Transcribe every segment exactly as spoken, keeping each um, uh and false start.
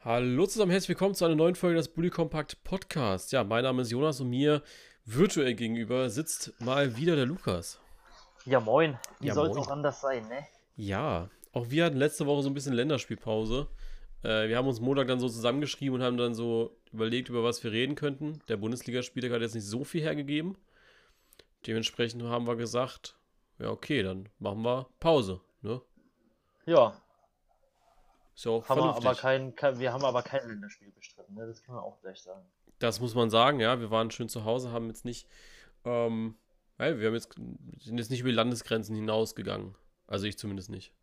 Hallo zusammen, herzlich willkommen zu einer neuen Folge des Bully Compact Podcast. Ja, mein Name ist Jonas und mir virtuell gegenüber sitzt mal wieder der Lukas. Ja, moin. Wie Ja, soll's moin. auch anders sein, ne? Ja, auch wir hatten letzte Woche so ein bisschen Länderspielpause. Äh, wir haben uns Montag dann so zusammengeschrieben und haben dann so überlegt, über was wir reden könnten. Der Bundesligaspieltag hat jetzt nicht so viel hergegeben. Dementsprechend haben wir gesagt, ja okay, dann machen wir Pause. Ne? Ja, Ist ja auch haben wir aber vernünftig. kein, kein wir haben aber kein Länderspiel bestritten, ne? Das können wir auch gleich sagen. Das muss man sagen, ja. Wir waren schön zu Hause, haben jetzt nicht Ähm, ja, wir haben jetzt, sind jetzt nicht über die Landesgrenzen hinausgegangen. Also ich zumindest nicht.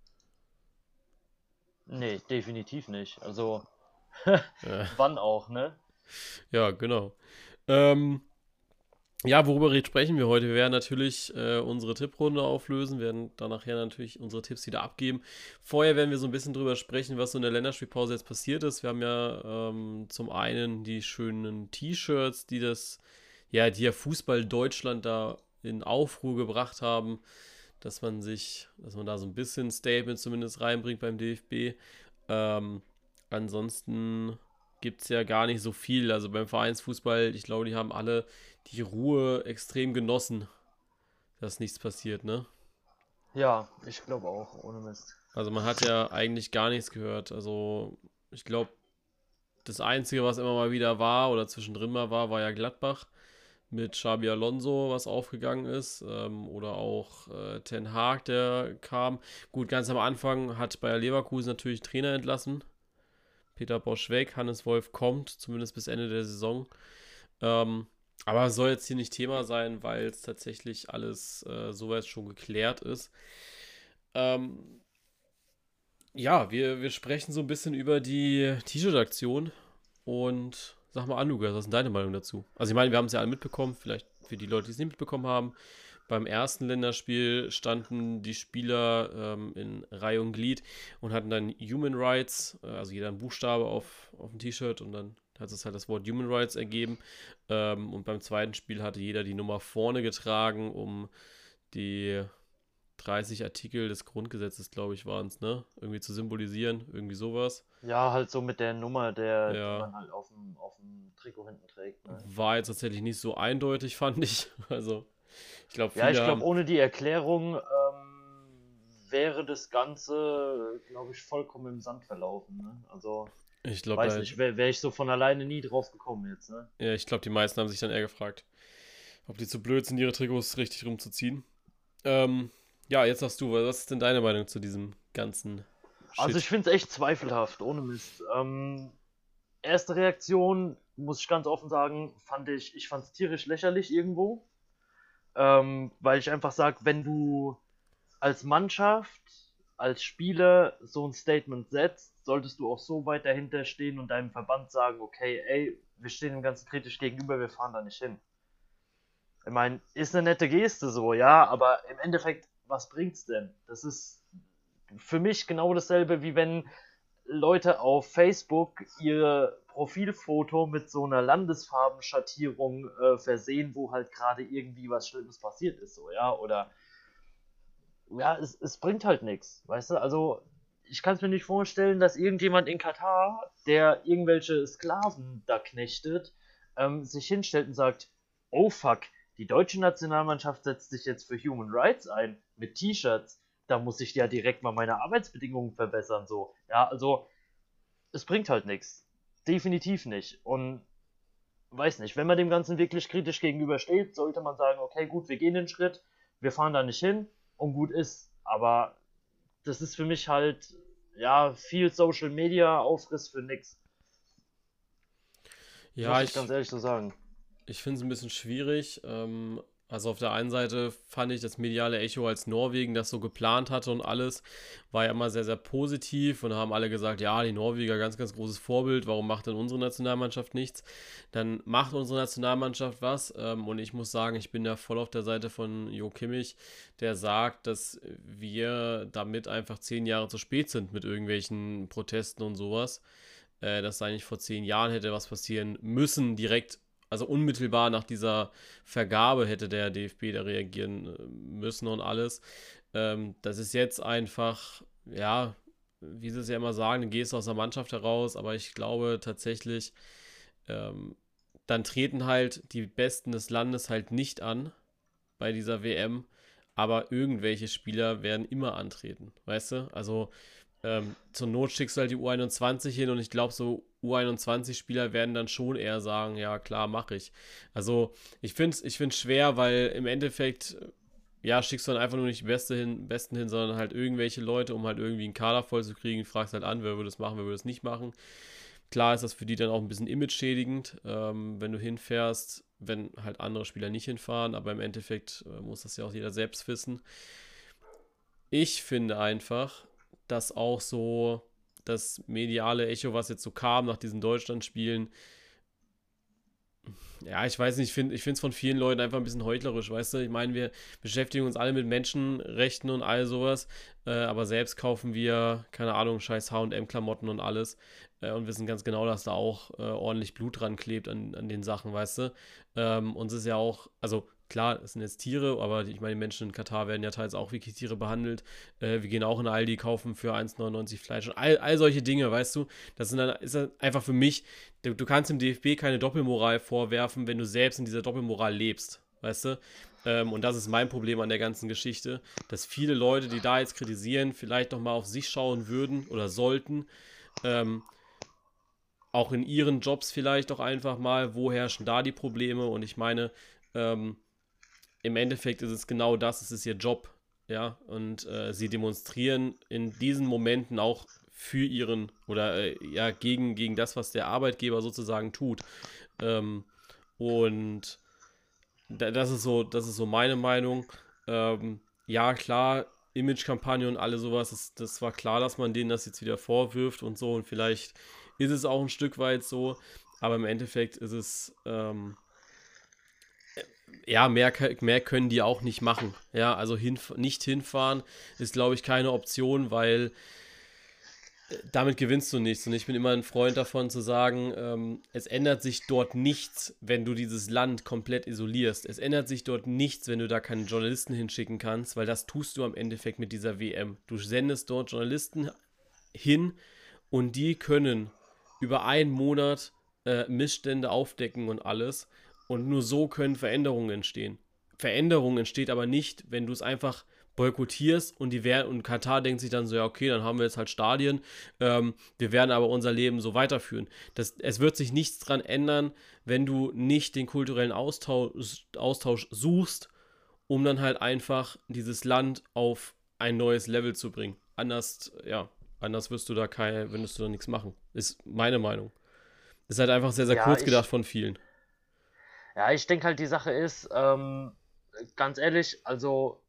Nee, definitiv nicht. Also, Ja, wann auch, ne? ja genau. Ähm, ja, worüber sprechen wir heute? Wir werden natürlich äh, unsere Tipprunde auflösen, werden dann nachher natürlich unsere Tipps wieder abgeben. Vorher werden wir so ein bisschen drüber sprechen, was so in der Länderspielpause jetzt passiert ist. Wir haben ja ähm, zum einen die schönen T-Shirts, die das, ja, die ja Fußball Deutschland da in Aufruhr gebracht haben, dass man sich, dass man da so ein bisschen Statement zumindest reinbringt beim D F B. Ähm, ansonsten gibt es ja gar nicht so viel. Also beim Vereinsfußball, ich glaube, die haben alle die Ruhe extrem genossen, dass nichts passiert, ne? Ja, ich glaube auch, ohne Mist. Also man hat ja eigentlich gar nichts gehört. Also ich glaube, das Einzige, was immer mal wieder war oder zwischendrin mal war, war ja Gladbach mit Xabi Alonso, was aufgegangen ist. Ähm, oder auch äh, Ten Hag, der kam. Gut, ganz am Anfang hat Bayer Leverkusen natürlich Trainer entlassen. Peter Bosch weg, Hannes Wolf kommt, zumindest bis Ende der Saison. Ähm, aber es soll jetzt hier nicht Thema sein, weil es tatsächlich alles äh, soweit schon geklärt ist. Ähm, ja, wir, wir sprechen so ein bisschen über die T-Shirt-Aktion und sag mal an, Lukas, was ist denn deine Meinung dazu? Also ich meine, wir haben es ja alle mitbekommen, vielleicht für die Leute, die es nicht mitbekommen haben. Beim ersten Länderspiel standen die Spieler ähm, in Reihe und Glied und hatten dann Human Rights, äh, also jeder ein Buchstabe auf, auf dem T-Shirt und dann hat es halt das Wort Human Rights ergeben. Ähm, und beim zweiten Spiel hatte jeder die Nummer vorne getragen, um die dreißig Artikel des Grundgesetzes, glaube ich, waren es, ne? Irgendwie zu symbolisieren, irgendwie sowas. Ja, halt so mit der Nummer, der, die Ja, man halt auf dem, auf dem Trikot hinten trägt, ne? war jetzt tatsächlich nicht so eindeutig, fand ich. Also, ich glaube, Ja, viele ich glaube, haben, ohne die Erklärung ähm, wäre das Ganze, glaube ich, vollkommen im Sand verlaufen, ne? Also, ich glaube, weiß da, nicht, wäre wär ich so von alleine nie drauf gekommen jetzt, ne? ja, ich glaube, die meisten haben sich dann eher gefragt, ob die zu blöd sind, ihre Trikots richtig rumzuziehen. Ähm, ja, jetzt sagst du, was ist denn deine Meinung zu diesem ganzen Also ich Shit? finde es echt zweifelhaft, ohne Mist. Ähm, erste Reaktion, muss ich ganz offen sagen, fand ich, ich fand es tierisch lächerlich irgendwo. Ähm, weil ich einfach sage, wenn du als Mannschaft, als Spieler so ein Statement setzt, solltest du auch so weit dahinter stehen und deinem Verband sagen, okay, ey, wir stehen dem Ganzen kritisch gegenüber, wir fahren da nicht hin. Ich meine, ist eine nette Geste so, ja, aber im Endeffekt, was bringt's denn? Das ist für mich genau dasselbe, wie wenn Leute auf Facebook ihr Profilfoto mit so einer Landesfarbenschattierung äh, versehen, wo halt gerade irgendwie was Schlimmes passiert ist, so, ja, oder ja, es, es bringt halt nichts, weißt du, also ich kann es mir nicht vorstellen, dass irgendjemand in Katar, der irgendwelche Sklaven da knechtet, ähm, sich hinstellt und sagt, oh fuck, die deutsche Nationalmannschaft setzt sich jetzt für Human Rights ein, mit T-Shirts, da muss ich ja direkt mal meine Arbeitsbedingungen verbessern, so, ja, also es bringt halt nichts. Definitiv nicht. Und weiß nicht, wenn man dem Ganzen wirklich kritisch gegenübersteht, sollte man sagen, okay, gut, wir gehen den Schritt, wir fahren da nicht hin und gut ist. Aber das ist für mich halt, ja, viel Social Media Aufriss für nix. Ja, Muss ich ganz ich ehrlich so sagen. Ich finde es ein bisschen schwierig. Ähm, also auf der einen Seite fand ich das mediale Echo, als Norwegen das so geplant hatte und alles, war ja immer sehr, sehr positiv und haben alle gesagt, ja, die Norweger, ganz, ganz großes Vorbild, warum macht denn unsere Nationalmannschaft nichts? Dann macht unsere Nationalmannschaft was ähm, und ich muss sagen, ich bin da voll auf der Seite von Jo Kimmich, der sagt, dass wir damit einfach zehn Jahre zu spät sind mit irgendwelchen Protesten und sowas, äh, dass eigentlich vor zehn Jahren hätte was passieren müssen, direkt, also unmittelbar nach dieser Vergabe hätte der D F B da reagieren äh, müssen und alles. Ähm, das ist jetzt einfach, ja, wie sie es ja immer sagen, du gehst aus der Mannschaft heraus, aber ich glaube tatsächlich, ähm, dann treten halt die Besten des Landes halt nicht an bei dieser W M, aber irgendwelche Spieler werden immer antreten, weißt du? Also ähm, zur Not schickst du halt die U einundzwanzig hin und ich glaube, so U einundzwanzig-Spieler werden dann schon eher sagen, ja klar, mache ich. Also ich finde es ich find's schwer, weil im Endeffekt, ja, schickst du dann einfach nur nicht die Beste hin, Besten hin, sondern halt irgendwelche Leute, um halt irgendwie einen Kader voll zu kriegen, fragst halt an, wer würde es machen, wer würde es nicht machen. Klar ist das für die dann auch ein bisschen image-schädigend, ähm, wenn du hinfährst, wenn halt andere Spieler nicht hinfahren, aber im Endeffekt äh, muss das ja auch jeder selbst wissen. Ich finde einfach, dass auch so das mediale Echo, was jetzt so kam nach diesen Deutschlandspielen, ja, ich weiß nicht, ich finde ich finde es von vielen Leuten einfach ein bisschen heuchlerisch, weißt du? Ich meine, wir beschäftigen uns alle mit Menschenrechten und all sowas, äh, aber selbst kaufen wir, keine Ahnung, scheiß H und M-Klamotten und alles äh, und wissen ganz genau, dass da auch äh, ordentlich Blut dran klebt an, an den Sachen, weißt du? Ähm, uns ist ja auch, also klar, es sind jetzt Tiere, aber ich meine, die Menschen in Katar werden ja teils auch wie Tiere behandelt. Äh, wir gehen auch in Aldi, kaufen für eins neunundneunzig Fleisch und all, all solche Dinge, weißt du? Das sind dann, ist dann einfach für mich, du, du kannst dem D F B keine Doppelmoral vorwerfen, wenn du selbst in dieser Doppelmoral lebst, weißt du? Ähm, und das ist mein Problem an der ganzen Geschichte, dass viele Leute, die da jetzt kritisieren, vielleicht nochmal auf sich schauen würden oder sollten, ähm, auch in ihren Jobs vielleicht auch einfach mal, wo herrschen da die Probleme? Und ich meine, ähm, im Endeffekt ist es genau das, es ist ihr Job, ja, und äh, sie demonstrieren in diesen Momenten auch für ihren oder äh, ja, gegen, gegen das, was der Arbeitgeber sozusagen tut. Ähm, und da, das ist so, das ist so meine Meinung. Ähm, ja, klar, Image-Kampagne und alles sowas, das, das war klar, dass man denen das jetzt wieder vorwirft und so, und vielleicht ist es auch ein Stück weit so, aber im Endeffekt ist es, ähm, ja, mehr, mehr können die auch nicht machen. Ja, also hinf nicht hinfahren ist, glaube ich, keine Option, weil damit gewinnst du nichts. Und ich bin immer ein Freund davon zu sagen, ähm, es ändert sich dort nichts, wenn du dieses Land komplett isolierst. Es ändert sich dort nichts, wenn du da keine Journalisten hinschicken kannst, weil das tust du am Endeffekt mit dieser W M. Du sendest dort Journalisten hin und die können über einen Monat äh, Missstände aufdecken und alles. Und nur so können Veränderungen entstehen. Veränderung entsteht aber nicht, wenn du es einfach boykottierst und die werden, und Katar denkt sich dann so, ja, okay, dann haben wir jetzt halt Stadien, ähm, wir werden aber unser Leben so weiterführen. Das, es wird sich nichts dran ändern, wenn du nicht den kulturellen Austausch, Austausch suchst, um dann halt einfach dieses Land auf ein neues Level zu bringen. Anders, ja, anders wirst du da keine, würdest du da nichts machen. Ist meine Meinung. Ist halt einfach sehr, sehr Ja, kurz gedacht ich, von vielen. ja, ich denke halt, die Sache ist, ähm, ganz ehrlich, also,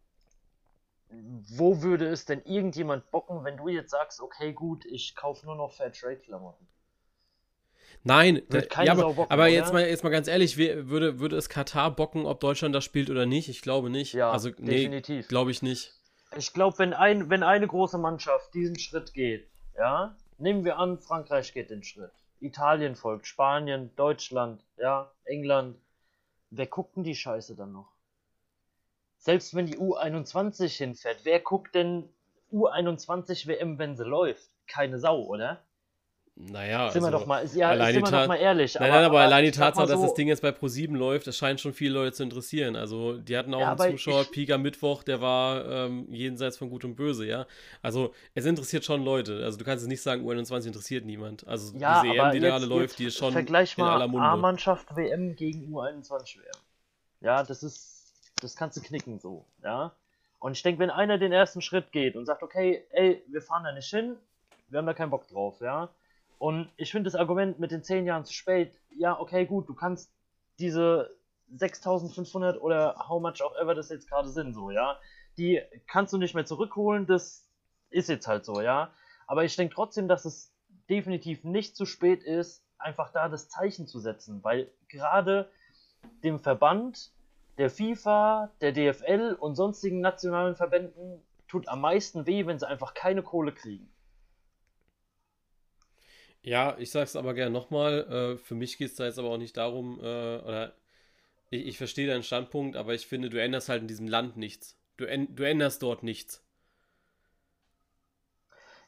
wo würde es denn irgendjemand bocken, wenn du jetzt sagst, okay, gut, ich kaufe nur noch Fairtrade-Klamotten? Nein, da, Wird ja, keine aber, Sau bocken, aber jetzt oder? mal, jetzt mal ganz ehrlich, wer- würde, würde es Katar bocken, ob Deutschland das spielt oder nicht? Ich glaube nicht. Ja, Also, nee, definitiv. glaube ich nicht. Ich glaube, wenn ein, wenn eine große Mannschaft diesen Schritt geht, ja, nehmen wir an, Frankreich geht den Schritt. Italien folgt, Spanien, Deutschland, ja, England. Wer guckt denn die Scheiße dann noch? Selbst wenn die U einundzwanzig hinfährt, wer guckt denn U einundzwanzig W M, wenn sie läuft? Keine Sau, oder? Naja, Sind wir doch also mal, ja, allein sind die wir doch Tat. mal ehrlich, Nein, nein, aber, aber aber allein die ich sag Tatsache, mal dass das so, Ding jetzt bei ProSieben läuft, das scheint schon viele Leute zu interessieren. Also, die hatten auch ja, einen aber Zuschauer, ich, Peak am Mittwoch, der war ähm, jenseits von Gut und Böse, ja. Also, es interessiert schon Leute. Also, du kannst jetzt nicht sagen, U einundzwanzig interessiert niemand. Also, ja, diese E M, aber die da gerade jetzt, läuft, jetzt die ist schon vergleich in mal aller Munde. A-Mannschaft W M gegen U einundzwanzig W M. Ja, das ist, das kannst du knicken so, ja. Und ich denke, wenn einer den ersten Schritt geht und sagt, okay, ey, wir fahren da nicht hin, wir haben da keinen Bock drauf, ja. Und ich finde das Argument mit den zehn Jahren zu spät, ja, okay, gut, du kannst diese sechstausendfünfhundert oder how much auch ever das jetzt gerade sind, so, ja, die kannst du nicht mehr zurückholen, das ist jetzt halt so, ja. Aber ich denke trotzdem, dass es definitiv nicht zu spät ist, einfach da das Zeichen zu setzen, weil gerade dem Verband, der FIFA, der D F L und sonstigen nationalen Verbänden tut am meisten weh, wenn sie einfach keine Kohle kriegen. Ja, ich sag's aber gerne nochmal. Äh, für mich geht's da jetzt aber auch nicht darum, äh, oder ich, ich verstehe deinen Standpunkt, aber ich finde, du änderst halt in diesem Land nichts. Du, änd- du änderst dort nichts.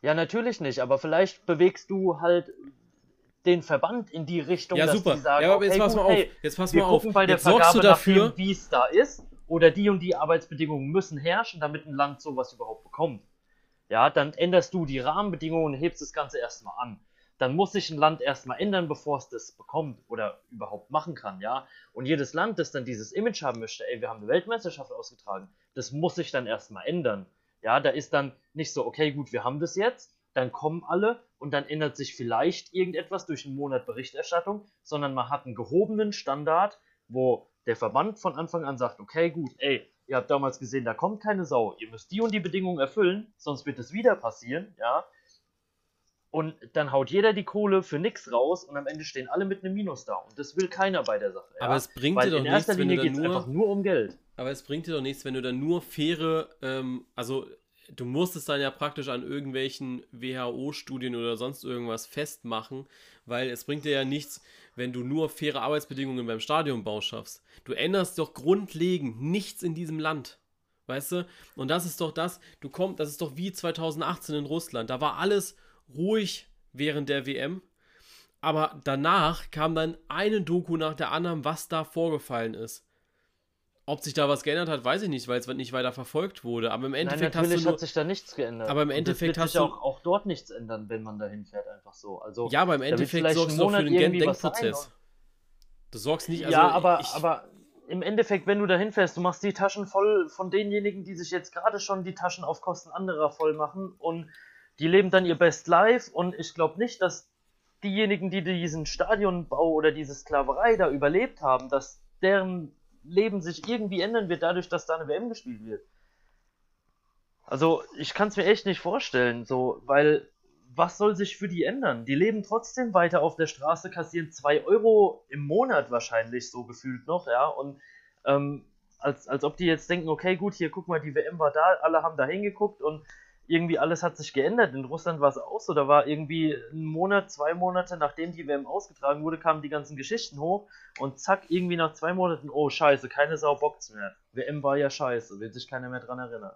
Ja, natürlich nicht, aber vielleicht bewegst du halt den Verband in die Richtung, Ja, dass super. die sagen, Ja, aber jetzt okay, pass gut, mal auf. hey, Jetzt pass wir mal auf. gucken bei der Jetzt sorgst du Vergabe nach dem, dafür. wie es da ist, oder die und die Arbeitsbedingungen müssen herrschen, damit ein Land sowas überhaupt bekommt. Ja, dann änderst du die Rahmenbedingungen und hebst das Ganze erstmal an. Dann muss sich ein Land erstmal ändern, bevor es das bekommt oder überhaupt machen kann, ja. Und jedes Land, das dann dieses Image haben möchte, ey, wir haben eine Weltmeisterschaft ausgetragen, das muss sich dann erstmal ändern. Ja, da ist dann nicht so, okay, gut, wir haben das jetzt, dann kommen alle und dann ändert sich vielleicht irgendetwas durch einen Monat Berichterstattung, sondern man hat einen gehobenen Standard, wo der Verband von Anfang an sagt, okay, gut, ey, ihr habt damals gesehen, da kommt keine Sau, ihr müsst die und die Bedingungen erfüllen, sonst wird es wieder passieren, ja. Und dann haut jeder die Kohle für nix raus und am Ende stehen alle mit einem Minus da. Und das will keiner bei der Sache, ja. Aber es bringt Weil dir doch in erster nichts, wenn du Linie dann geht es einfach nur. nur um Geld. Aber es bringt dir doch nichts, wenn du dann nur faire, ähm, also du musst es dann ja praktisch an irgendwelchen W H O-Studien oder sonst irgendwas festmachen, weil es bringt dir ja nichts, wenn du nur faire Arbeitsbedingungen beim Stadionbau schaffst. Du änderst doch grundlegend nichts in diesem Land. Weißt du? Und das ist doch das, du kommst, das ist doch wie zweitausendachtzehn in Russland. Da war alles ruhig während der W M. Aber danach kam dann eine Doku nach der anderen, was da vorgefallen ist. Ob sich da was geändert hat, weiß ich nicht, weil es nicht weiter verfolgt wurde. Aber im Endeffekt Nein, hast du natürlich nur, hat sich da nichts geändert. aber im Und Endeffekt das hast wird du. sich auch, auch dort nichts ändern, wenn man dahin fährt, einfach so. Also, Ja, aber im da wird Endeffekt vielleicht sorgst einen du doch für Monat den Gen- irgendwie was sein Denkprozess. und- Du sorgst nicht, also ja, aber, ich, aber im Endeffekt, wenn du dahin fährst, du machst die Taschen voll von denjenigen, die sich jetzt gerade schon die Taschen auf Kosten anderer voll machen und die leben dann ihr Best Life und ich glaube nicht, dass diejenigen, die diesen Stadionbau oder diese Sklaverei da überlebt haben, dass deren Leben sich irgendwie ändern wird dadurch, dass da eine W M gespielt wird. Also ich kann es mir echt nicht vorstellen, so, weil was soll sich für die ändern? Die leben trotzdem weiter auf der Straße, kassieren zwei Euro im Monat wahrscheinlich, so gefühlt noch, ja, und ähm, als, als ob die jetzt denken, okay, gut, hier, guck mal, die W M war da, alle haben da hingeguckt und irgendwie alles hat sich geändert. In Russland war es auch so, da war irgendwie ein Monat, zwei Monate, nachdem die W M ausgetragen wurde, kamen die ganzen Geschichten hoch und zack, irgendwie nach zwei Monaten, oh scheiße, keine Sau bockt's mehr. W M war ja scheiße, wird sich keiner mehr dran erinnern.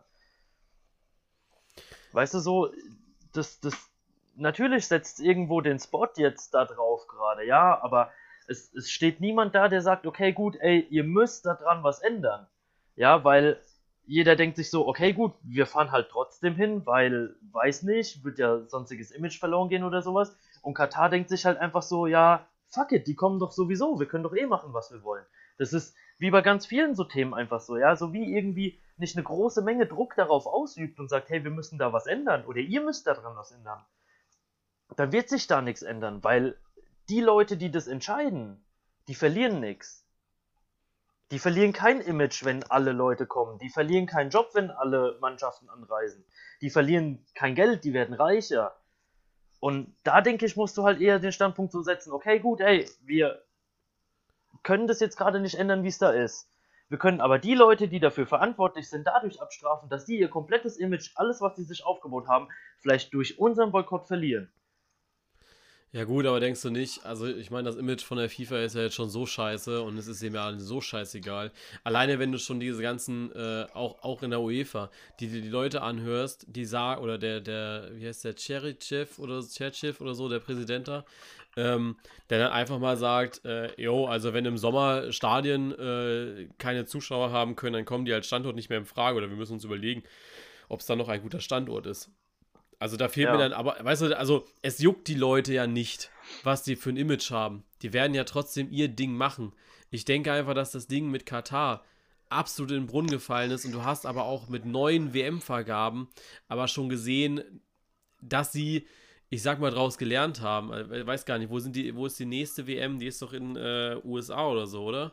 Weißt du, so, das, das, natürlich setzt irgendwo den Spot jetzt da drauf gerade, ja, aber es, es steht niemand da, der sagt, okay, gut, ey, ihr müsst da dran was ändern. Ja, weil jeder denkt sich so, okay, gut, wir fahren halt trotzdem hin, weil, weiß nicht, wird ja sonstiges Image verloren gehen oder sowas. Und Katar denkt sich halt einfach so, ja, fuck it, die kommen doch sowieso, wir können doch eh machen, was wir wollen. Das ist wie bei ganz vielen so Themen einfach so, ja, so wie irgendwie nicht eine große Menge Druck darauf ausübt und sagt, hey, wir müssen da was ändern oder ihr müsst da dran was ändern. Dann wird sich da nichts ändern, weil die Leute, die das entscheiden, die verlieren nichts. Die verlieren kein Image, wenn alle Leute kommen. Die verlieren keinen Job, wenn alle Mannschaften anreisen. Die verlieren kein Geld, die werden reicher. Und da denke ich, musst du halt eher den Standpunkt so setzen, okay, gut, ey, wir können das jetzt gerade nicht ändern, wie es da ist. Wir können aber die Leute, die dafür verantwortlich sind, dadurch abstrafen, dass die ihr komplettes Image, alles, was sie sich aufgebaut haben, vielleicht durch unseren Boykott verlieren. Ja gut, aber denkst du nicht, also ich meine, das Image von der FIFA ist ja jetzt schon so scheiße und es ist dem ja allen so scheißegal. Alleine wenn du schon diese ganzen, äh, auch, auch in der UEFA, die dir die Leute anhörst, die sagen, oder der, der, wie heißt der, Cherichev oder Cherchev oder so, der Präsident da, ähm, der dann einfach mal sagt, äh, jo, also wenn im Sommer Stadien äh, keine Zuschauer haben können, dann kommen die als Standort nicht mehr in Frage oder wir müssen uns überlegen, ob es dann noch ein guter Standort ist. Also da fehlt Ja. mir dann, aber weißt du, also es juckt die Leute ja nicht, was die für ein Image haben. Die werden ja trotzdem ihr Ding machen. Ich denke einfach, dass das Ding mit Katar absolut in den Brunnen gefallen ist und du hast aber auch mit neuen W M-Vergaben aber schon gesehen, dass sie, ich sag mal, draus gelernt haben. Ich weiß gar nicht, wo sind die, wo ist die nächste W M? Die ist doch in äh, U S A oder so, oder?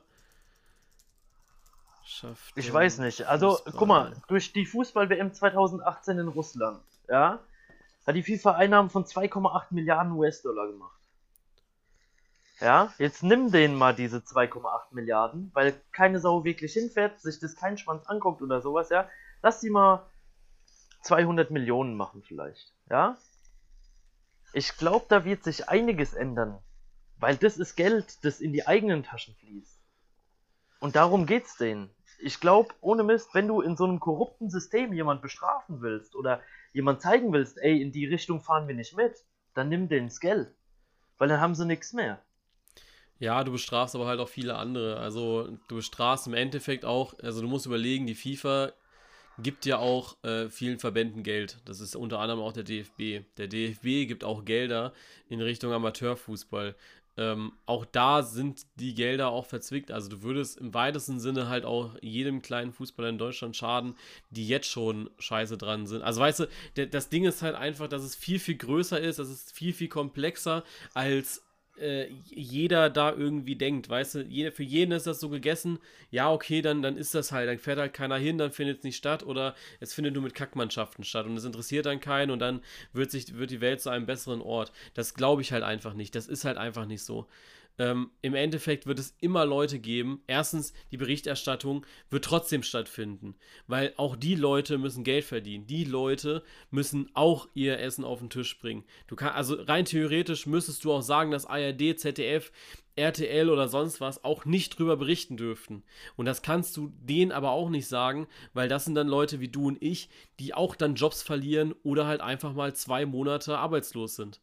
Schafft Ich weiß nicht. Also, Fußball. guck mal, durch die Fußball-W M zweitausendachtzehn in Russland, ja, hat die FIFA Einnahmen von zwei Komma acht Milliarden U S-Dollar gemacht. Ja, jetzt nimm denen mal diese zwei Komma acht Milliarden, weil keine Sau wirklich hinfährt, sich das kein Schwanz anguckt oder sowas, ja. Lass sie mal zweihundert Millionen machen vielleicht, ja. Ich glaube, da wird sich einiges ändern, weil das ist Geld, das in die eigenen Taschen fließt. Und darum geht's denen. Ich glaube, ohne Mist, wenn du in so einem korrupten System jemand bestrafen willst oder jemand zeigen willst, ey, in die Richtung fahren wir nicht mit, dann nimm den das Geld. Weil dann haben sie nichts mehr. Ja, du bestrafst aber halt auch viele andere. Also du bestrafst im Endeffekt auch, also du musst überlegen, die FIFA gibt ja auch äh, vielen Verbänden Geld. Das ist unter anderem auch der D F B. Der D F B gibt auch Gelder in Richtung Amateurfußball. Ähm, auch da sind die Gelder auch verzwickt. Also du würdest im weitesten Sinne halt auch jedem kleinen Fußballer in Deutschland schaden, die jetzt schon scheiße dran sind. Also weißt du, der, das Ding ist halt einfach, dass es viel, viel größer ist, dass es viel, viel komplexer als äh, jeder da irgendwie denkt, weißt du, jeder, für jeden ist das so gegessen, ja, okay, dann, dann ist das halt, dann fährt halt keiner hin, dann findet es nicht statt oder es findet nur mit Kackmannschaften statt und es interessiert dann keinen und dann wird, sich, wird die Welt zu einem besseren Ort. Das glaube ich halt einfach nicht, das ist halt einfach nicht so. Ähm, Im Endeffekt wird es immer Leute geben. Erstens, die Berichterstattung wird trotzdem stattfinden, weil auch die Leute müssen Geld verdienen. Die Leute müssen auch ihr Essen auf den Tisch bringen. Du kann, also rein theoretisch müsstest du auch sagen, dass A R D, Z D F, R T L oder sonst was auch nicht drüber berichten dürften. Und das kannst du denen aber auch nicht sagen, weil das sind dann Leute wie du und ich, die auch dann Jobs verlieren oder halt einfach mal zwei Monate arbeitslos sind.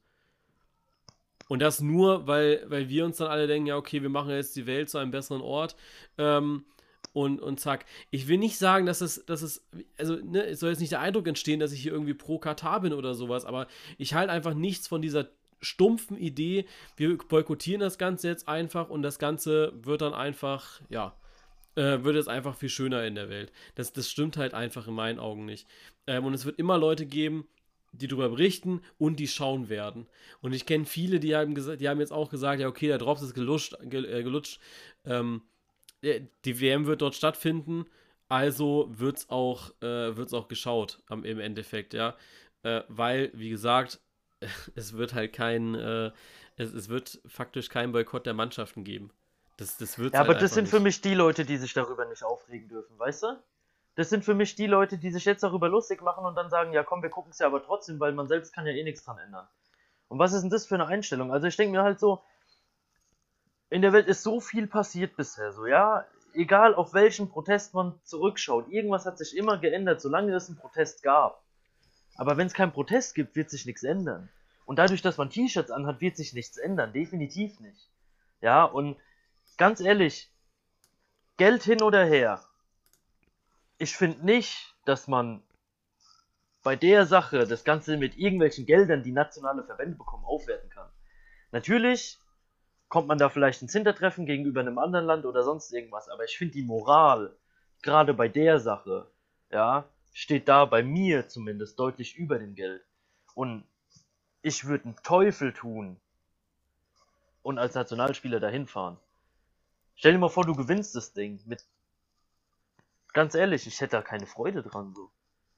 Und das nur, weil, weil wir uns dann alle denken, ja, okay, wir machen jetzt die Welt zu einem besseren Ort. Ähm, und, und zack. Ich will nicht sagen, dass es, dass es, also, ne, es soll jetzt nicht der Eindruck entstehen, dass ich hier irgendwie pro Katar bin oder sowas, aber ich halte einfach nichts von dieser stumpfen Idee, wir boykottieren das Ganze jetzt einfach und das Ganze wird dann einfach, ja, äh, wird es einfach viel schöner in der Welt. Das, das stimmt halt einfach in meinen Augen nicht. Ähm, und es wird immer Leute geben, die darüber berichten und die schauen werden. Und ich kenne viele, die haben, gesagt, die haben jetzt auch gesagt, ja okay, der Drops ist gelutscht, gel, äh, gelutscht. Ähm, die W M wird dort stattfinden, also wird es auch, äh, wird's auch geschaut am, im Endeffekt, ja. Äh, weil, wie gesagt, es wird halt kein, äh, es, es wird faktisch keinen Boykott der Mannschaften geben. Das, das wird es Ja, halt aber das einfach sind für nicht. mich die Leute, die sich darüber nicht aufregen dürfen, weißt du? Das sind für mich die Leute, die sich jetzt darüber lustig machen und dann sagen, ja komm, wir gucken es ja aber trotzdem, weil man selbst kann ja eh nichts dran ändern. Und was ist denn das für eine Einstellung? Also ich denke mir halt so, in der Welt ist so viel passiert bisher, so ja, egal auf welchen Protest man zurückschaut, irgendwas hat sich immer geändert, solange es einen Protest gab. Aber wenn es keinen Protest gibt, wird sich nichts ändern. Und dadurch, dass man T-Shirts anhat, wird sich nichts ändern, definitiv nicht. Ja, und ganz ehrlich, Geld hin oder her, ich finde nicht, dass man bei der Sache das Ganze mit irgendwelchen Geldern, die nationale Verbände bekommen, aufwerten kann. Natürlich kommt man da vielleicht ins Hintertreffen gegenüber einem anderen Land oder sonst irgendwas, aber ich finde die Moral, gerade bei der Sache, ja, steht da bei mir zumindest deutlich über dem Geld. Und ich würde einen Teufel tun und als Nationalspieler dahin fahren. Stell dir mal vor, du gewinnst das Ding mit. Ganz ehrlich, ich hätte da keine Freude dran so.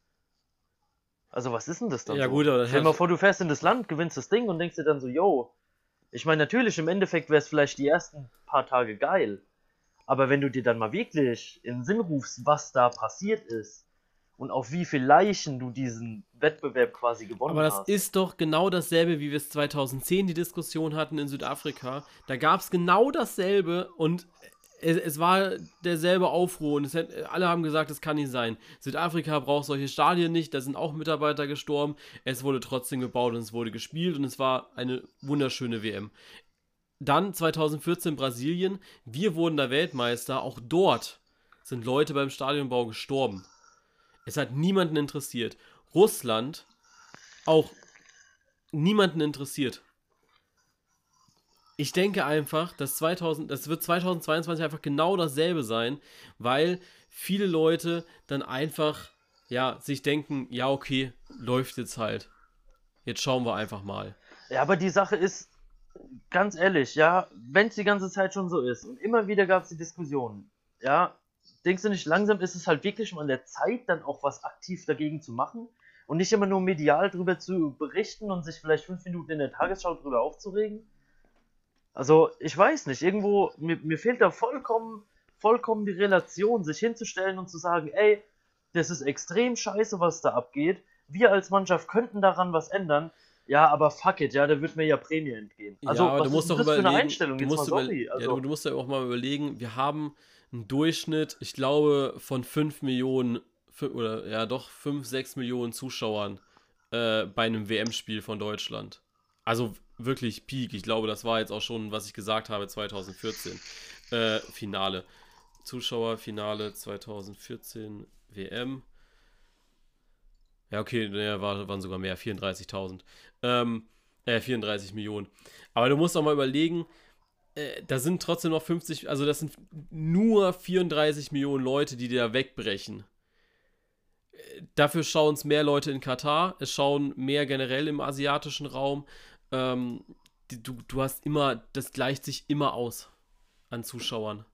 Also was ist denn das dann Ja so? gut, aber das Stell dir mal hat, vor, du fährst in das Land, gewinnst das Ding und denkst dir dann so, yo, ich meine natürlich, im Endeffekt wäre es vielleicht die ersten paar Tage geil, aber wenn du dir dann mal wirklich in den Sinn rufst, was da passiert ist und auf wie viel Leichen du diesen Wettbewerb quasi aber gewonnen das hast. ist doch genau dasselbe, wie wir es zweitausendzehn die Diskussion hatten in Südafrika. Da gab es genau dasselbe und es, es war derselbe Aufruhr und es hat, alle haben gesagt, das kann nicht sein. Südafrika braucht solche Stadien nicht, da sind auch Mitarbeiter gestorben. Es wurde trotzdem gebaut und es wurde gespielt und es war eine wunderschöne W M. Dann zweitausendvierzehn Brasilien, wir wurden da Weltmeister, auch dort sind Leute beim Stadionbau gestorben. Es hat niemanden interessiert. Russland auch niemanden interessiert. Ich denke einfach, dass zweitausend, das wird zweitausendzweiundzwanzig einfach genau dasselbe sein, weil viele Leute dann einfach, ja, sich denken, ja, okay, läuft jetzt halt. Jetzt schauen wir einfach mal. Ja, aber die Sache ist, ganz ehrlich, ja, wenn es die ganze Zeit schon so ist und immer wieder gab es die Diskussionen, ja, denkst du nicht, langsam ist es halt wirklich mal an der Zeit, dann auch was aktiv dagegen zu machen und nicht immer nur medial drüber zu berichten und sich vielleicht fünf Minuten in der Tagesschau drüber aufzuregen? Also, ich weiß nicht, irgendwo, mir, mir fehlt da vollkommen, vollkommen die Relation, sich hinzustellen und zu sagen, ey, das ist extrem scheiße, was da abgeht. Wir als Mannschaft könnten daran was ändern. Ja, aber fuck it, ja, da wird mir ja Prämie entgehen. Ja, Also, aber du was ist musst denn doch das für eine überlegen, Einstellung? du Jetzt mal musst über, sorry. ja, du, Also, du musst ja auch mal überlegen, wir haben einen Durchschnitt, ich glaube, von fünf Millionen, fü- oder ja doch fünf sechs Millionen Zuschauern äh, bei einem W M-Spiel von Deutschland. Also wirklich Peak. Ich glaube, das war jetzt auch schon, was ich gesagt habe, zwanzig vierzehn. Äh, Finale. Zuschauerfinale zwanzig vierzehn W M. Ja, okay, ne, war, waren sogar mehr, vierunddreißigtausend. Ähm, äh, vierunddreißig Millionen. Aber du musst auch mal überlegen, äh, da sind trotzdem noch fünfzig, also das sind nur vierunddreißig Millionen Leute, die da wegbrechen. Dafür schauen es mehr Leute in Katar, es schauen mehr generell im asiatischen Raum. Ähm, die, du, du hast immer, das gleicht sich immer aus an Zuschauern.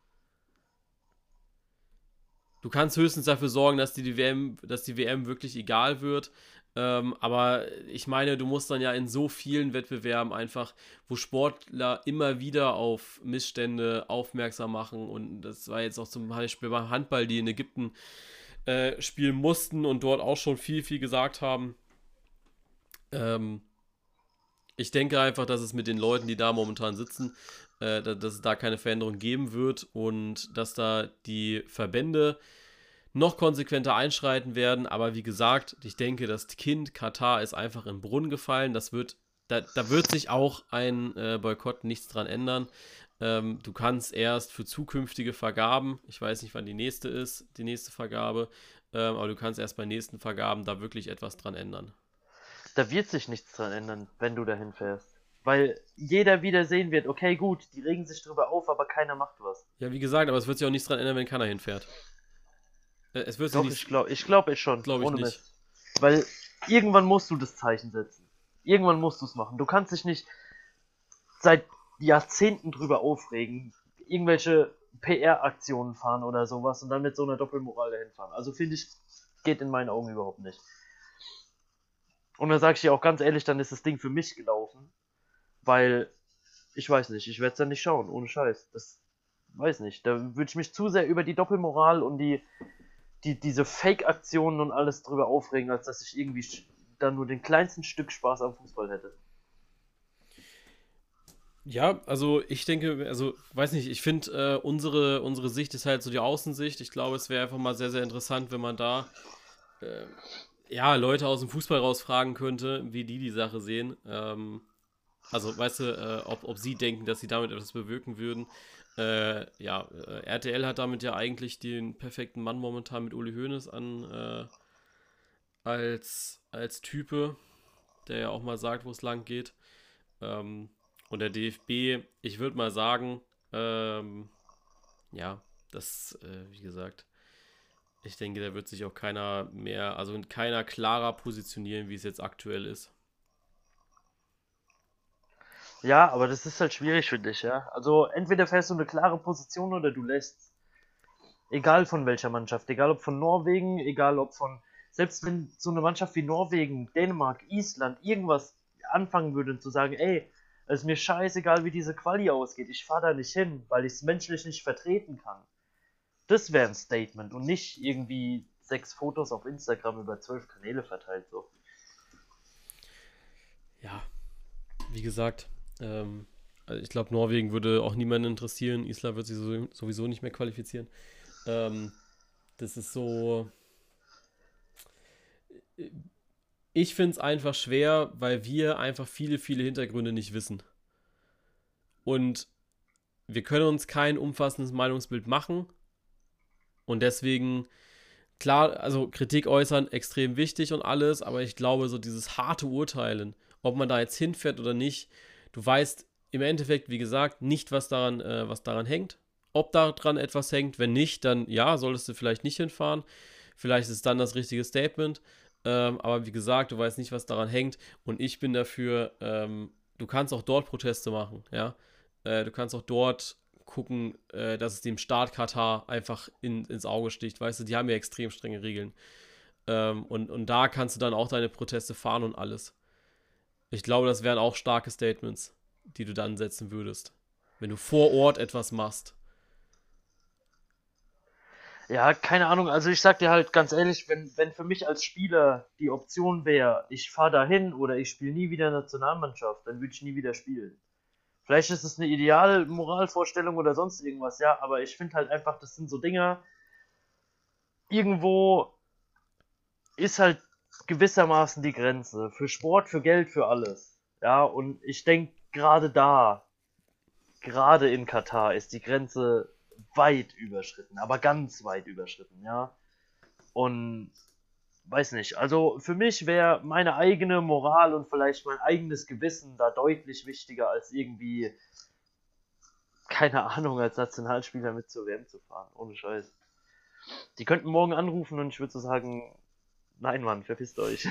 Du kannst höchstens dafür sorgen, dass die, die W M, dass die W M wirklich egal wird. Ähm, aber ich meine, du musst dann ja in so vielen Wettbewerben einfach, wo Sportler immer wieder auf Missstände aufmerksam machen. Und das war jetzt auch zum Beispiel beim Handball, die in Ägypten äh, spielen mussten und dort auch schon viel, viel gesagt haben. Ähm, ich denke einfach, dass es mit den Leuten, die da momentan sitzen, äh, dass es da keine Veränderung geben wird und dass da die Verbände noch konsequenter einschreiten werden. Aber wie gesagt, ich denke, das Kind Katar ist einfach im Brunnen gefallen. Das wird, da, da wird sich auch ein äh, Boykott nichts dran ändern. Ähm, du kannst erst für zukünftige Vergaben, ich weiß nicht, wann die nächste ist, die nächste Vergabe, ähm, aber du kannst erst bei nächsten Vergaben da wirklich etwas dran ändern. Da wird sich nichts dran ändern, wenn du dahin fährst. Weil jeder wieder sehen wird, okay, gut, die regen sich drüber auf, aber keiner macht was. Ja, wie gesagt, aber es wird sich auch nichts dran ändern, wenn keiner hinfährt. Äh, Es wird sich Doch, ich nicht, glaube ich glaub es schon, glaube ich ohne nicht. Mist. Weil irgendwann musst du das Zeichen setzen. Irgendwann musst du es machen. Du kannst dich nicht seit Jahrzehnten drüber aufregen, irgendwelche P R-Aktionen fahren oder sowas und dann mit so einer Doppelmoral dahin fahren. Also finde ich, geht in meinen Augen überhaupt nicht. Und dann sage ich dir auch ganz ehrlich, dann ist das Ding für mich gelaufen, weil ich weiß nicht, ich werde es dann nicht schauen, ohne Scheiß. Das weiß nicht. Da würde ich mich zu sehr über die Doppelmoral und die, die diese Fake-Aktionen und alles drüber aufregen, als dass ich irgendwie sch- da nur den kleinsten Stück Spaß am Fußball hätte. Ja, also ich denke, also weiß nicht, ich finde, äh, unsere, unsere Sicht ist halt so die Außensicht. Ich glaube, es wäre einfach mal sehr, sehr interessant, wenn man da äh, ja, Leute aus dem Fußball rausfragen könnte, wie die die Sache sehen. Ähm, also, weißt du, äh, ob, ob sie denken, dass sie damit etwas bewirken würden. Äh, ja, äh, R T L hat damit ja eigentlich den perfekten Mann momentan mit Uli Hoeneß an äh, als, als Type, der ja auch mal sagt, wo es lang geht. Ähm, und der D F B, ich würde mal sagen, ähm, ja, das, äh, wie gesagt, ich denke, da wird sich auch keiner mehr, also keiner klarer positionieren, wie es jetzt aktuell ist. Ja, aber das ist halt schwierig für dich, ja. Also entweder fährst du eine klare Position oder du lässt. Egal von welcher Mannschaft, egal ob von Norwegen, egal ob von, selbst wenn so eine Mannschaft wie Norwegen, Dänemark, Island irgendwas anfangen würde und zu sagen, ey, es ist mir scheißegal, wie diese Quali ausgeht, ich fahre da nicht hin, weil ich es menschlich nicht vertreten kann. Das wäre ein Statement und nicht irgendwie sechs Fotos auf Instagram über zwölf Kanäle verteilt so. Ja, wie gesagt, ähm, also ich glaube, Norwegen würde auch niemanden interessieren. Island wird sich so, sowieso nicht mehr qualifizieren. Ähm, das ist so. Ich finde es einfach schwer, weil wir einfach viele, viele Hintergründe nicht wissen. Und wir können uns kein umfassendes Meinungsbild machen. Und deswegen, klar, also Kritik äußern, extrem wichtig und alles, aber ich glaube, so dieses harte Urteilen, ob man da jetzt hinfährt oder nicht, du weißt im Endeffekt, wie gesagt, nicht, was daran, äh, was daran hängt. Ob daran etwas hängt, wenn nicht, dann ja, solltest du vielleicht nicht hinfahren. Vielleicht ist dann das richtige Statement. Ähm, aber wie gesagt, du weißt nicht, was daran hängt. Und ich bin dafür, ähm, du kannst auch dort Proteste machen, ja. Äh, du kannst auch dort gucken, äh, dass es dem Staat Katar einfach in, ins Auge sticht. Weißt du, die haben ja extrem strenge Regeln. Ähm, und, und da kannst du dann auch deine Proteste fahren und alles. Ich glaube, das wären auch starke Statements, die du dann setzen würdest. Wenn du vor Ort etwas machst. Ja, keine Ahnung, also ich sag dir halt ganz ehrlich, wenn, wenn für mich als Spieler die Option wäre, ich fahre dahin oder ich spiele nie wieder Nationalmannschaft, dann würde ich nie wieder spielen. Vielleicht ist es eine Ideal-Moralvorstellung oder sonst irgendwas, ja, aber ich finde halt einfach, das sind so Dinger, irgendwo ist halt gewissermaßen die Grenze. Für Sport, für Geld, für alles. Ja, und ich denke, gerade da, gerade in Katar, ist die Grenze weit überschritten, aber ganz weit überschritten, ja. Und weiß nicht, also für mich wäre meine eigene Moral und vielleicht mein eigenes Gewissen da deutlich wichtiger als irgendwie, keine Ahnung, als Nationalspieler mit zur W M zu fahren. Ohne Scheiß. Die könnten morgen anrufen und ich würde so sagen, nein, Mann, verpisst euch.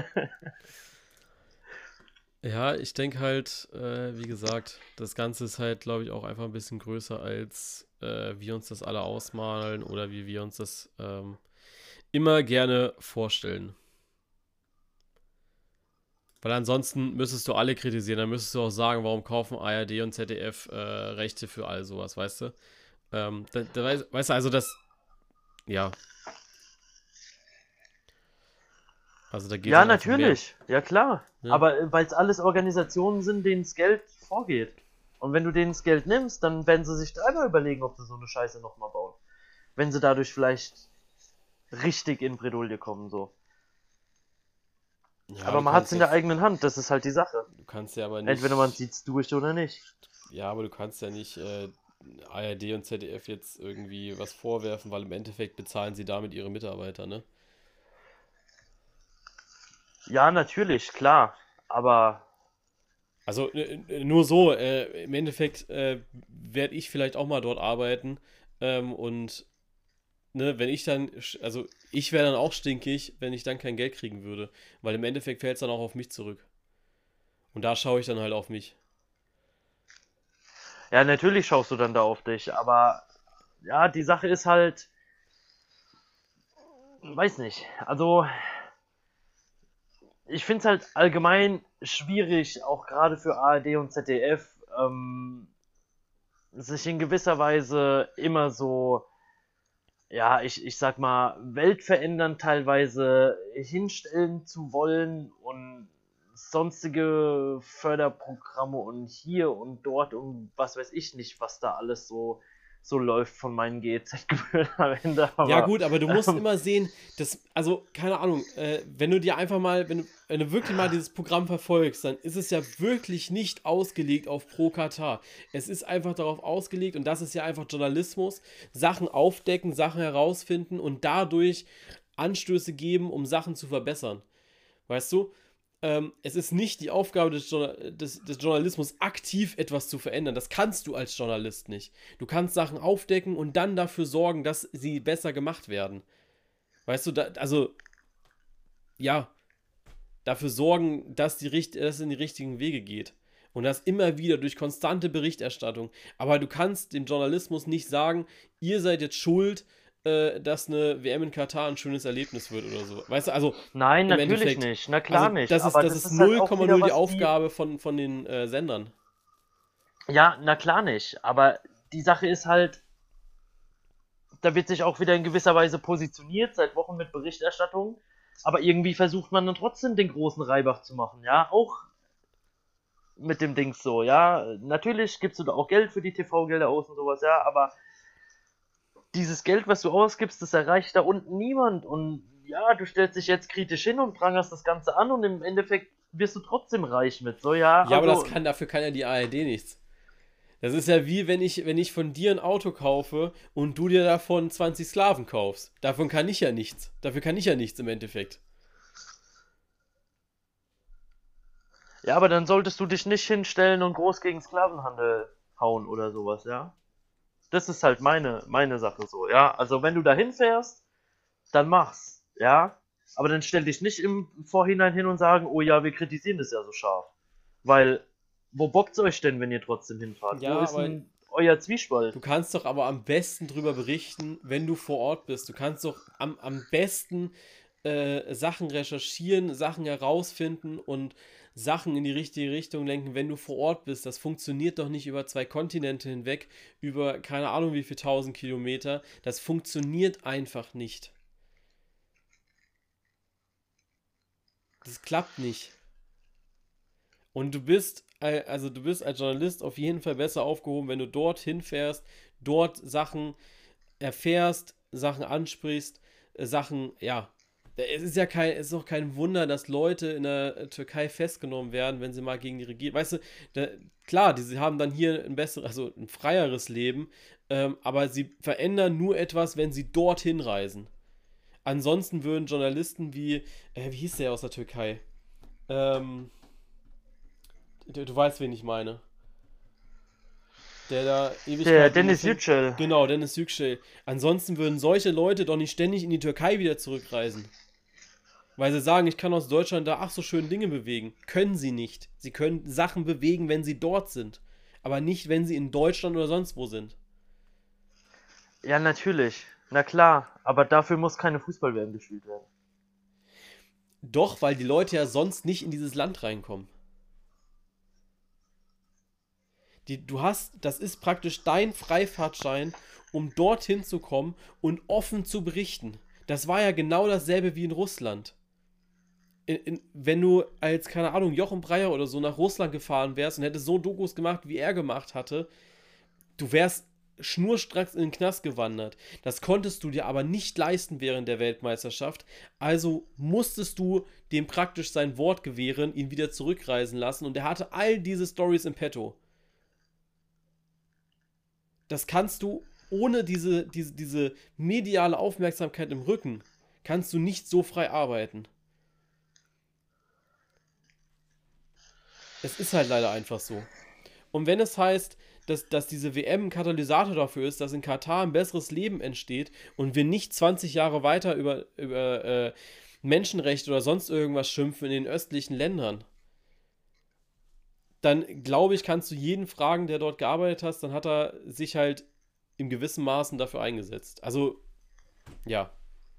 Ja, ich denke halt, äh, wie gesagt, das Ganze ist halt, glaube ich, auch einfach ein bisschen größer, als äh, wir uns das alle ausmalen oder wie wir uns das ähm, immer gerne vorstellen. Weil ansonsten müsstest du alle kritisieren, dann müsstest du auch sagen, warum kaufen A R D und Z D F äh, Rechte für all sowas, weißt du? Ähm, da, da, weißt, weißt du, also das, ja, also da geht es Ja, halt einfach mehr. natürlich, ja klar. Ne? Aber weil es alles Organisationen sind, denen das Geld vorgeht. Und wenn du denen das Geld nimmst, dann werden sie sich dreimal überlegen, ob sie so eine Scheiße nochmal bauen. Wenn sie dadurch vielleicht richtig in Bredouille kommen, so. Ja, Aber du man hat es kannst in ja, der eigenen Hand, das ist halt die Sache. du kannst ja aber Entweder man nicht, zieht es durch oder nicht. ja, aber du kannst ja nicht äh, A R D und Z D F jetzt irgendwie was vorwerfen, weil im Endeffekt bezahlen sie damit ihre Mitarbeiter, ne? Ja, natürlich, klar. Aber Also äh, äh, nur so, äh, im Endeffekt äh, werde ich vielleicht auch mal dort arbeiten ähm, und ne, wenn ich dann, also ich wäre dann auch stinkig, wenn ich dann kein Geld kriegen würde, weil im Endeffekt fällt es dann auch auf mich zurück. Und da schaue ich dann halt auf mich. ja, natürlich schaust du dann da auf dich. Aber ja, die Sache ist halt, weiß nicht. Also, ich finde es halt allgemein schwierig, auch gerade für A R D und Z D F, ähm, sich in gewisser Weise immer so, ja, ich, ich sag mal, weltverändernd teilweise hinstellen zu wollen und sonstige Förderprogramme und hier und dort und was weiß ich nicht, was da alles so, so läuft von meinen G E Z-Gebühren am Ende, Ja, aber gut, aber du musst ähm, immer sehen, dass, also, keine Ahnung, äh, wenn du dir einfach mal, wenn du, wenn du wirklich mal dieses Programm verfolgst, dann ist es ja wirklich nicht ausgelegt auf Pro Katar. Es ist einfach darauf ausgelegt, und das ist ja einfach Journalismus, Sachen aufdecken, Sachen herausfinden und dadurch Anstöße geben, um Sachen zu verbessern. Weißt du? Ähm, es ist nicht die Aufgabe des, Journa- des, des Journalismus, aktiv etwas zu verändern. Das kannst du als Journalist nicht. Du kannst Sachen aufdecken und dann dafür sorgen, dass sie besser gemacht werden. Weißt du, da, also, ja, dafür sorgen, dass, die, richt- dass es in die richtigen Wege geht. Und das immer wieder durch konstante Berichterstattung. Aber du kannst dem Journalismus nicht sagen, ihr seid jetzt schuld, äh, dass eine W M in Katar ein schönes Erlebnis wird oder so. Weißt du, also nein, im natürlich Endeffekt, nicht, na also klar nicht, das ist, aber das das ist ist halt auch wieder null Komma null die was die, Aufgabe von, von den äh, Sendern. ja, na klar nicht, aber die Sache ist halt, da wird sich auch wieder in gewisser Weise positioniert, seit Wochen mit Berichterstattung, aber irgendwie versucht man dann trotzdem den großen Reibach zu machen, ja, auch mit dem Dings so, ja, natürlich gibst du da auch Geld für die T V-Gelder aus und sowas, ja, aber dieses Geld, was du ausgibst, das erreicht da unten niemand und ja, du stellst dich jetzt kritisch hin und prangerst das Ganze an und im Endeffekt wirst du trotzdem reich mit, so, ja, Ja, aber das also, kann, dafür kann ja die A R D nichts. Das ist ja wie wenn ich, wenn ich von dir ein Auto kaufe und du dir davon zwanzig Sklaven kaufst. Davon kann ich ja nichts. Dafür kann ich ja nichts im Endeffekt. ja, aber dann solltest du dich nicht hinstellen und groß gegen Sklavenhandel hauen oder sowas, ja. Das ist halt meine, meine Sache so, ja. Also wenn du da hinfährst, dann mach's, ja. Aber dann stell dich nicht im Vorhinein hin und sagen, oh ja, wir kritisieren das ja so scharf. Weil, wo bockt's euch denn, wenn ihr trotzdem hinfahrt? Wo Ja, ist aber denn euer Zwiespalt? du kannst doch aber am besten drüber berichten, wenn du vor Ort bist. Du kannst doch am, am besten äh, Sachen recherchieren, Sachen herausfinden und Sachen in die richtige Richtung lenken, wenn du vor Ort bist. Das funktioniert doch nicht über zwei Kontinente hinweg, über keine Ahnung wie viel tausend Kilometer. Das funktioniert einfach nicht. Das klappt nicht. Und du bist, äh, also du bist als Journalist auf jeden Fall besser aufgehoben, wenn du dorthin fährst, dort Sachen erfährst, Sachen ansprichst, äh, Sachen, ja, Es ist ja kein, es ist auch kein Wunder, dass Leute in der Türkei festgenommen werden, wenn sie mal gegen die Regierung. Weißt du, da, klar, die sie haben dann hier ein besseres, also ein freieres Leben, ähm, aber sie verändern nur etwas, wenn sie dorthin reisen. Ansonsten würden Journalisten wie, äh, wie hieß der aus der Türkei? Ähm, du, du weißt, wen ich meine. Der da Der Ewigkeiten im Dennis Gefängnis. Yücel. Genau, Dennis Yücel. Ansonsten würden solche Leute doch nicht ständig in die Türkei wieder zurückreisen. Weil sie sagen, ich kann aus Deutschland da ach so schön Dinge bewegen. Können sie nicht. Sie können Sachen bewegen, wenn sie dort sind. Aber nicht, wenn sie in Deutschland oder sonst wo sind. Ja, natürlich. Na klar, aber dafür muss keine Fußball-W M gespielt werden. Doch, weil die Leute ja sonst nicht in dieses Land reinkommen. Die, du hast, das ist praktisch dein Freifahrtschein, um dorthin zu kommen und offen zu berichten. Das war ja genau dasselbe wie in Russland. In, in, wenn du als, keine Ahnung, Jochen Breyer oder so nach Russland gefahren wärst und hättest so Dokus gemacht, wie er gemacht hatte, du wärst schnurstracks in den Knast gewandert. Das konntest du dir aber nicht leisten während der Weltmeisterschaft. Also musstest du dem praktisch sein Wort gewähren, ihn wieder zurückreisen lassen. Und er hatte all diese Stories im Petto. Das kannst du ohne diese, diese, diese mediale Aufmerksamkeit im Rücken, kannst du nicht so frei arbeiten. Es ist halt leider einfach so. Und wenn es heißt, dass, dass diese W M ein Katalysator dafür ist, dass in Katar ein besseres Leben entsteht und wir nicht zwanzig Jahre weiter über, über äh, Menschenrechte oder sonst irgendwas schimpfen in den östlichen Ländern, dann glaube ich, kannst du jeden fragen, der dort gearbeitet hat, dann hat er sich halt in gewissen Maßen dafür eingesetzt. Also, ja.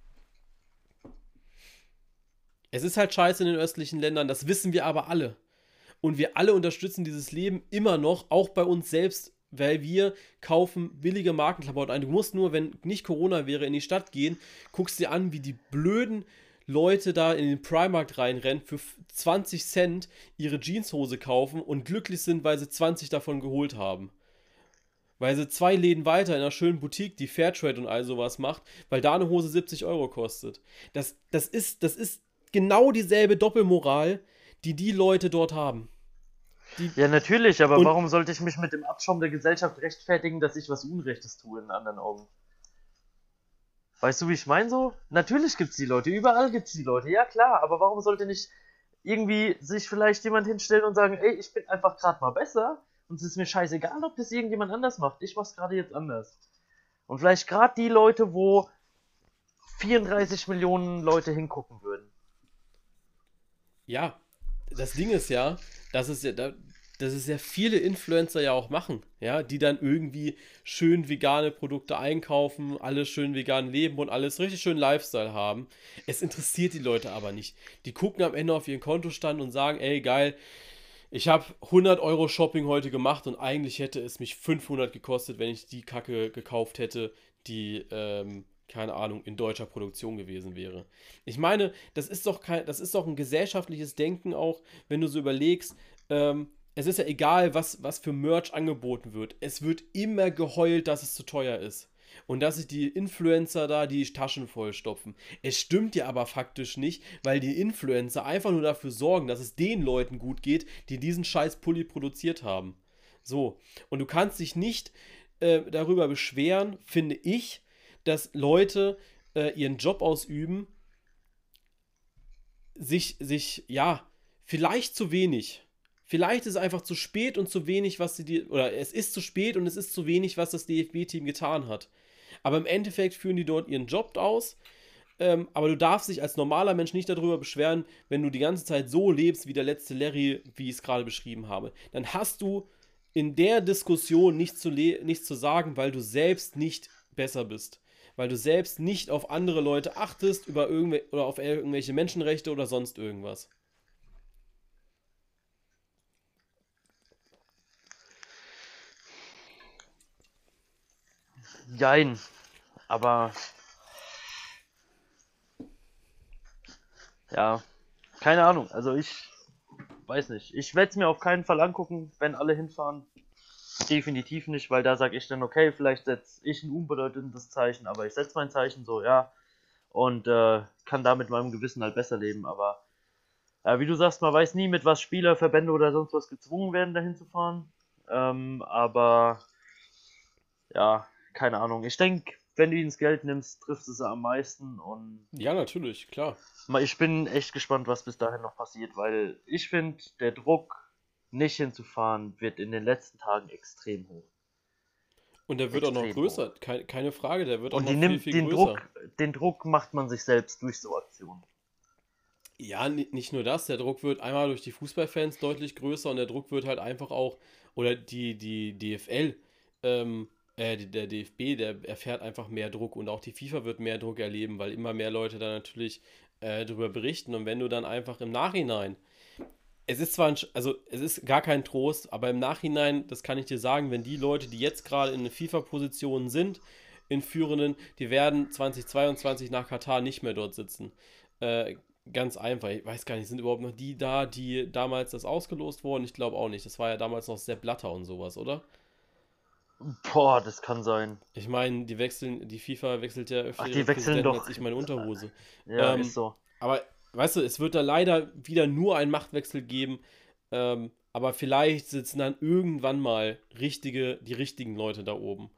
Es ist halt scheiße in den östlichen Ländern, das wissen wir aber alle. Und wir alle unterstützen dieses Leben immer noch, auch bei uns selbst, weil wir kaufen billige Markenklamotten ein. Du musst nur, wenn nicht Corona wäre, in die Stadt gehen, guckst dir an, wie die blöden Leute da in den Primark reinrennen, für zwanzig Cent ihre Jeanshose kaufen und glücklich sind, weil sie zwanzig davon geholt haben. Weil sie zwei Läden weiter in einer schönen Boutique, die Fairtrade und all sowas macht, weil da eine Hose siebzig Euro kostet. Das, das, ist, das ist genau dieselbe Doppelmoral, die die Leute dort haben. Die, Ja, natürlich, aber und warum sollte ich mich mit dem Abschaum der Gesellschaft rechtfertigen, dass ich was Unrechtes tue in anderen Augen? Weißt du, wie ich meine so? Natürlich gibt's die Leute, überall gibt's die Leute, ja klar, aber warum sollte nicht irgendwie sich vielleicht jemand hinstellen und sagen, ey, ich bin einfach gerade mal besser und es ist mir scheißegal, ob das irgendjemand anders macht, ich mach's gerade jetzt anders. Und vielleicht gerade die Leute, wo vierunddreißig Millionen Leute hingucken würden. ja, das Ding ist ja, dass es ja, dass es ja viele Influencer ja auch machen, ja, die dann irgendwie schön vegane Produkte einkaufen, alles schön vegan leben und alles richtig schön Lifestyle haben. Es interessiert die Leute aber nicht. Die gucken am Ende auf ihren Kontostand und sagen, ey, geil, ich habe hundert Euro Shopping heute gemacht und eigentlich hätte es mich fünfhundert gekostet, wenn ich die Kacke gekauft hätte, die, ähm, keine Ahnung, in deutscher Produktion gewesen wäre. Ich meine, das ist doch kein, das ist doch ein gesellschaftliches Denken auch, wenn du so überlegst, ähm, es ist ja egal, was, was für Merch angeboten wird. Es wird immer geheult, dass es zu teuer ist. Und dass sich die Influencer da die Taschen vollstopfen. Es stimmt ja aber faktisch nicht, weil die Influencer einfach nur dafür sorgen, dass es den Leuten gut geht, die diesen scheiß Pulli produziert haben. So. Und du kannst dich nicht äh, darüber beschweren, finde ich, dass Leute äh, ihren Job ausüben, sich, sich, ja, vielleicht zu wenig. Vielleicht ist es einfach zu spät und zu wenig, was sie, oder es ist zu spät und es ist zu wenig, was das D F B-Team getan hat. Aber im Endeffekt führen die dort ihren Job aus. Ähm, aber du darfst dich als normaler Mensch nicht darüber beschweren, wenn du die ganze Zeit so lebst wie der letzte Larry, wie ich es gerade beschrieben habe. Dann hast du in der Diskussion nichts zu, nichts zu sagen, weil du selbst nicht besser bist. Weil du selbst nicht auf andere Leute achtest über irgendw- oder auf irgendwelche Menschenrechte oder sonst irgendwas. Jein, aber ja, keine Ahnung. Also ich weiß nicht. Ich werde es mir auf keinen Fall angucken, wenn alle hinfahren. Definitiv nicht, weil da sage ich dann, okay, vielleicht setze ich ein unbedeutendes Zeichen, aber ich setze mein Zeichen so, ja. und äh, kann da mit meinem Gewissen halt besser leben. Aber äh, wie du sagst, man weiß nie, mit was Spieler, Verbände oder sonst was gezwungen werden, dahin zu fahren. Ähm, aber ja, keine Ahnung. Ich denke, wenn du ihn ins Geld nimmst, trifft es am meisten. Und Ja, natürlich, klar. mal- ich bin echt gespannt, was bis dahin noch passiert, weil ich finde, der Druck, nicht hinzufahren, wird in den letzten Tagen extrem hoch. Und der wird auch noch Extrem hoch. größer, keine, keine Frage, der wird auch Und noch die viel, nimmt viel den größer. Druck, den Druck macht man sich selbst durch so Aktionen. Ja, ni- nicht nur das, der Druck wird einmal durch die Fußballfans deutlich größer und der Druck wird halt einfach auch, oder die, die D F L, ähm, äh, die- der D F B, der erfährt einfach mehr Druck und auch die FIFA wird mehr Druck erleben, weil immer mehr Leute da natürlich äh, darüber berichten und wenn du dann einfach im Nachhinein, es ist zwar, ein, Sch- also es ist gar kein Trost, aber im Nachhinein, das kann ich dir sagen, wenn die Leute, die jetzt gerade in FIFA-Positionen sind, in führenden, die werden zwanzig zweiundzwanzig nach Katar nicht mehr dort sitzen. Äh, Ganz einfach. Ich weiß gar nicht, sind überhaupt noch die da, die damals das ausgelost wurden? Ich glaube auch nicht. Das war ja damals noch Sepp Blatter und sowas, oder? Boah, das kann sein. Ich meine, die wechseln, die FIFA wechselt ja öfter Ach, ihre die wechseln Präsidenten doch. als ich meine Unterhose. Ja, ist Ähm, so. aber, weißt du, es wird da leider wieder nur einen Machtwechsel geben. Ähm, aber vielleicht sitzen dann irgendwann mal richtige, die richtigen Leute da oben.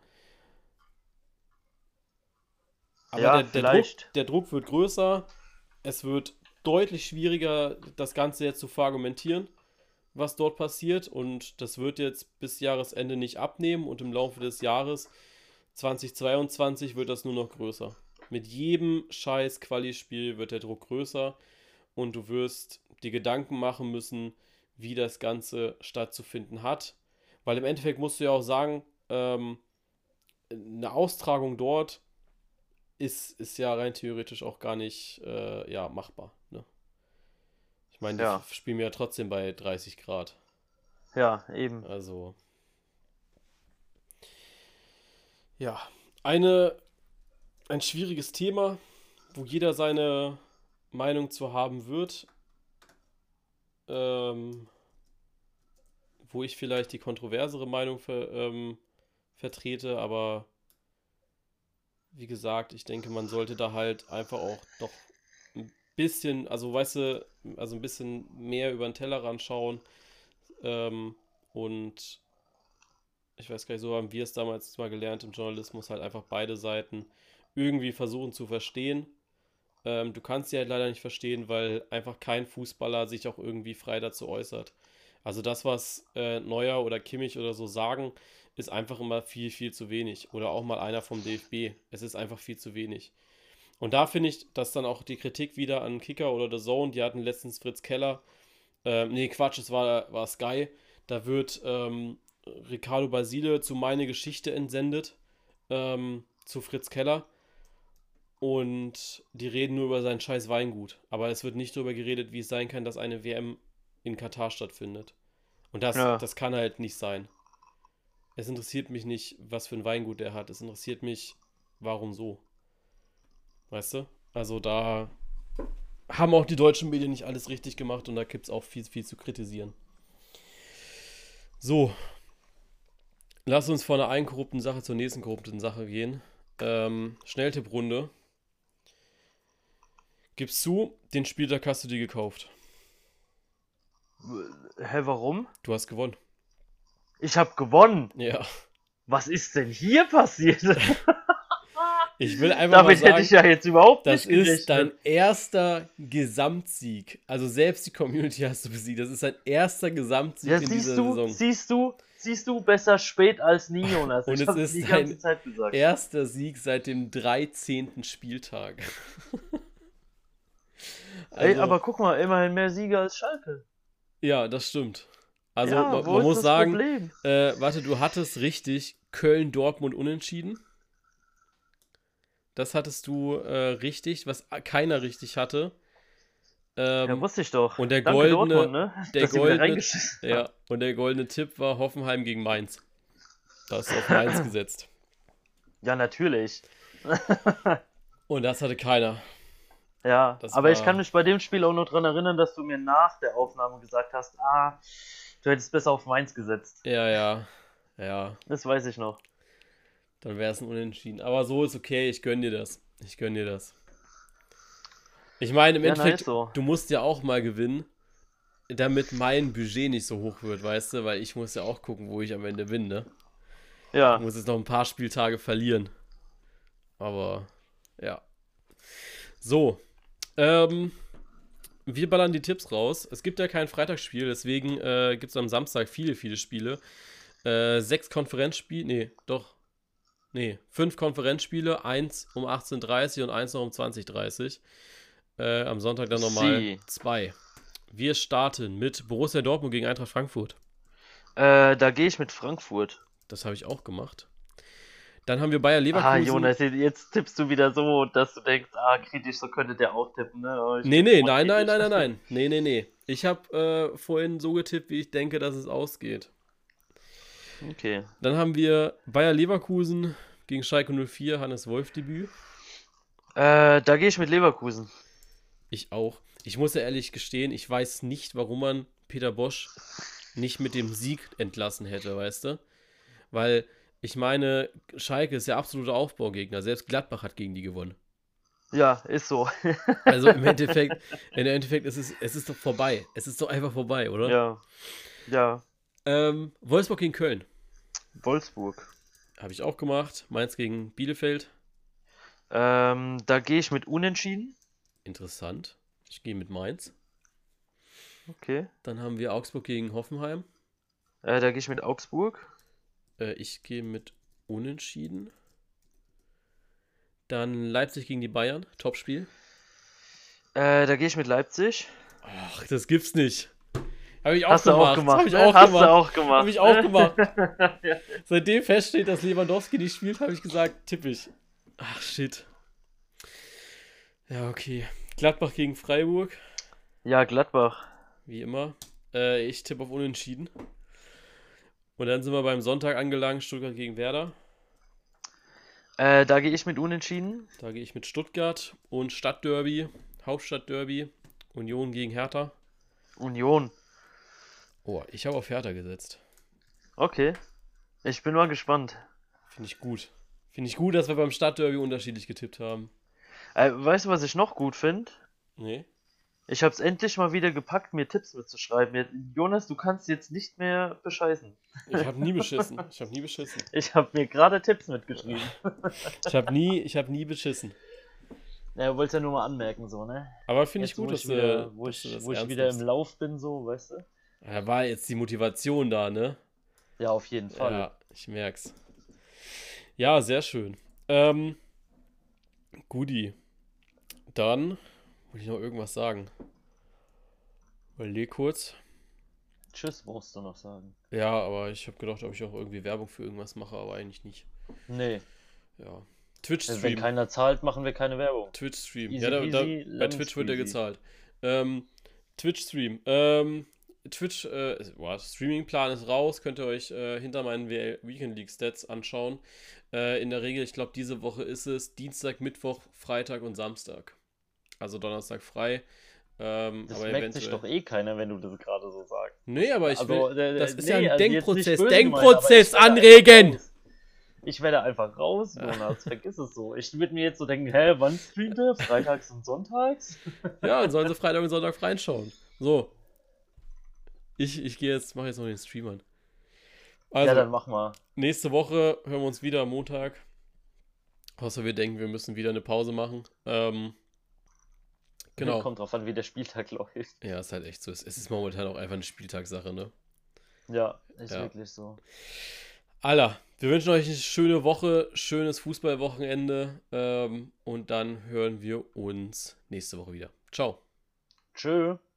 Aber Ja, der, der Druck, vielleicht. der Druck wird größer. Es wird deutlich schwieriger, das Ganze jetzt zu verargumentieren, was dort passiert. Und das wird jetzt bis Jahresende nicht abnehmen. Und im Laufe des Jahres zwanzig zweiundzwanzig wird das nur noch größer. Mit jedem scheiß Quali-Spiel wird der Druck größer. Und du wirst dir Gedanken machen müssen, wie das Ganze stattzufinden hat. Weil im Endeffekt musst du ja auch sagen, ähm, eine Austragung dort ist, ist ja rein theoretisch auch gar nicht äh, ja, machbar. Ne? Ich meine, die Ja, f- spielen ja trotzdem bei dreißig Grad. ja, eben. Also, ja, eine, ein schwieriges Thema, wo jeder seine Meinung zu haben wird. Ähm, Wo ich vielleicht die kontroversere Meinung ver, ähm, vertrete, aber wie gesagt, ich denke, man sollte da halt einfach auch doch ein bisschen, also weißt du, also ein bisschen mehr über den Tellerrand schauen. Ähm, und ich weiß gar nicht, so haben wir es damals mal gelernt im Journalismus, halt einfach beide Seiten irgendwie versuchen zu verstehen. Ähm, du kannst sie halt leider nicht verstehen, weil einfach kein Fußballer sich auch irgendwie frei dazu äußert. Also das, was äh, Neuer oder Kimmich oder so sagen, ist einfach immer viel, viel zu wenig. Oder auch mal einer vom D F B. Es ist einfach viel zu wenig. Und da finde ich, dass dann auch die Kritik wieder an Kicker oder The Zone, die hatten letztens Fritz Keller, ähm, nee, Quatsch, es war, war Sky, da wird ähm, Ricardo Basile zu Meine Geschichte entsendet, ähm, zu Fritz Keller. Und die reden nur über sein scheiß Weingut. Aber es wird nicht darüber geredet, wie es sein kann, dass eine W M in Katar stattfindet. Und das, Ja. das kann halt nicht sein. Es interessiert mich nicht, was für ein Weingut er hat. Es interessiert mich, warum so. Weißt du? Also da haben auch die deutschen Medien nicht alles richtig gemacht und da gibt es auch viel, viel zu kritisieren. So, lass uns von einer einen korrupten Sache zur nächsten korrupten Sache gehen. Ähm, Schnelltipprunde. Gibst zu, den Spieltag hast du dir gekauft. Hä, warum? Du hast gewonnen. Ich habe gewonnen. Ja. Was ist denn hier passiert? Ich will einfach mal Damit sagen, hätte ich ja jetzt überhaupt das nicht ist dein gerechnet. erster Gesamtsieg. Also selbst die Community hast du besiegt. Das ist dein erster Gesamtsieg Ja, in siehst dieser du, Saison. siehst du, siehst du, besser spät als nie, Jonas. Und Ich es hab's ist die dein ganze Zeit gesagt. erster Sieg seit dem dreizehnten Spieltag. Ey, Also, aber guck mal, immerhin mehr Siege als Schalke. ja, das stimmt. Also, Ja, man, wo man ist muss das sagen, Problem? äh, warte, du hattest richtig Köln-Dortmund unentschieden. Das hattest du äh, richtig, was keiner richtig hatte. Ja, Ähm, wusste ich doch. und der Danke Dortmund, goldene, ne? der Dass sie wieder goldene, reingeschissen haben. ja, und der goldene Tipp war Hoffenheim gegen Mainz. Da hast du auf Mainz gesetzt. Ja, natürlich. Und das hatte keiner. Ja, Das aber ich kann war, mich bei dem Spiel auch noch dran erinnern, dass du mir nach der Aufnahme gesagt hast, ah, du hättest besser auf Mainz gesetzt. ja, ja, ja, Das weiß ich noch. dann wäre es ein Unentschieden. Aber so ist okay, ich gönn dir das. Ich gönn dir das. Ich meine, im Ja, na, Endeffekt, ist so. du musst ja auch mal gewinnen, damit mein Budget nicht so hoch wird, weißt du? Weil ich muss ja auch gucken, wo ich am Ende bin, ne? Ich Ja. muss jetzt noch ein paar Spieltage verlieren. Aber, ja. So. Ähm, wir ballern die Tipps raus. Es gibt ja kein Freitagsspiel, deswegen äh, gibt es am Samstag viele, viele Spiele. Äh, sechs Konferenzspiele, nee, doch. Nee, fünf Konferenzspiele, eins um achtzehn Uhr dreißig und eins noch um zwanzig Uhr dreißig. Äh, am Sonntag dann nochmal Sie. zwei. Wir starten mit Borussia Dortmund gegen Eintracht Frankfurt. Äh, da gehe ich mit Frankfurt. Das habe ich auch gemacht. Dann haben wir Bayer Ah, Leverkusen. Jonas, jetzt tippst du wieder so, dass du denkst, ah, kritisch, so könnte der auch tippen, ne? Aber ich Nee, tippe nee, immer nein, nein, kritisch. nein, nein, nein. Nee, nee, nee. Ich habe äh, vorhin so getippt, wie ich denke, dass es ausgeht. Okay. Dann haben wir Bayer Leverkusen gegen Schalke null vier, Hannes Wolf Debüt. Äh, da gehe ich mit Leverkusen. Ich auch. Ich muss ja ehrlich gestehen, ich weiß nicht, warum man Peter Bosch nicht mit dem Sieg entlassen hätte, weißt du? Weil, ich meine, Schalke ist ja absoluter Aufbaugegner. Selbst Gladbach hat gegen die gewonnen. Ja, ist so. Also im Endeffekt, im Endeffekt ist es, es ist doch vorbei. Es ist doch einfach vorbei, oder? Ja. Ja. Ähm, Wolfsburg gegen Köln. Wolfsburg. Habe ich auch gemacht. Mainz gegen Bielefeld. Ähm, da gehe ich mit Unentschieden. Interessant. Ich gehe mit Mainz. Okay. Dann haben wir Augsburg gegen Hoffenheim. Äh, da gehe ich mit Augsburg. Äh, ich gehe mit Unentschieden. Dann Leipzig gegen die Bayern. Topspiel. Äh, da gehe ich mit Leipzig. Ach, das gibt's nicht. Habe ich auch Hast du gemacht. auch gemacht. Habe ich ne? auch Hast gemacht. du auch gemacht. Habe ich auch ne? gemacht. Ja. Seitdem feststeht, dass Lewandowski nicht spielt, habe ich gesagt, tippe ich. Ach, shit. Ja, okay. Gladbach gegen Freiburg. Ja, Gladbach. Wie immer. Äh, ich tippe auf Unentschieden. Und dann sind wir beim Sonntag angelangt, Stuttgart gegen Werder. Äh, da gehe ich mit Unentschieden. Da gehe ich mit Stuttgart und Stadtderby, Hauptstadtderby, Union gegen Hertha. Union. Oh, ich habe auf Hertha gesetzt. Okay. Ich bin mal gespannt. Finde ich gut. Finde ich gut, dass wir beim Stadtderby unterschiedlich getippt haben. Äh, weißt du, was ich noch gut finde? Nee? Ich habe es endlich mal wieder gepackt, mir Tipps mitzuschreiben. Jetzt, Jonas, du kannst jetzt nicht mehr bescheißen. Ich habe nie beschissen. Ich habe nie beschissen. Ich habe mir gerade Tipps mitgeschrieben. Ich habe nie, ich habe nie beschissen. Ja, du wolltest ja nur mal anmerken, so, ne? Aber finde ich Jetzt, gut, wo dass ich wieder, du, wo dass ich, du das wo ich ernst wieder im nimmst. Lauf bin, so, weißt du? Da war jetzt die Motivation da, ne? Ja, auf jeden Fall. Ja, ich merk's. Ja, sehr schön. Ähm, Guti. Dann muss ich noch irgendwas sagen. Überleg kurz. Tschüss, musst du noch sagen. Ja, aber ich habe gedacht, ob ich auch irgendwie Werbung für irgendwas mache, aber eigentlich nicht. Nee, Ja. wenn Twitch-Stream. keiner zahlt, machen wir keine Werbung. Twitch-Stream. Easy Ja, da, da, peasy, bei lemon Twitch wird der squeezy. gezahlt. Ähm, Twitch-Stream. Ähm, Twitch, äh, boah, Streaming-Plan ist raus. Könnt ihr euch äh, hinter meinen W- Weekend League Stats anschauen. Äh, in der Regel, ich glaube, diese Woche ist es Dienstag, Mittwoch, Freitag und Samstag. Also Donnerstag frei. Ähm, Das aber merkt sich eventuell. doch eh keiner, wenn du das gerade so sagst. Nee, aber ich Also, will. äh, Das ist nee, ja ein also jetzt nicht Denkprozess. böse Denkprozess gemeint, aber ich werde anregen! einfach raus. Ich werde einfach raus, Jonas, vergiss es so. Ich würde mir jetzt so denken, hä, wann streamt er? Freitags und sonntags? Ja, und sollen sie Freitag und Sonntag reinschauen. So. Ich, ich gehe jetzt, mache jetzt noch den Stream an. Also, Ja, dann mach mal. nächste Woche hören wir uns wieder am Montag. Außer wir denken, wir müssen wieder eine Pause machen. Ähm, genau. Kommt drauf an, wie der Spieltag läuft. Ja, ist halt echt so. Es ist momentan auch einfach eine Spieltagssache, ne? Ja, ist Ja. wirklich so. Alla, wir wünschen euch eine schöne Woche, schönes Fußballwochenende. Ähm, und dann hören wir uns nächste Woche wieder. Ciao. Tschö.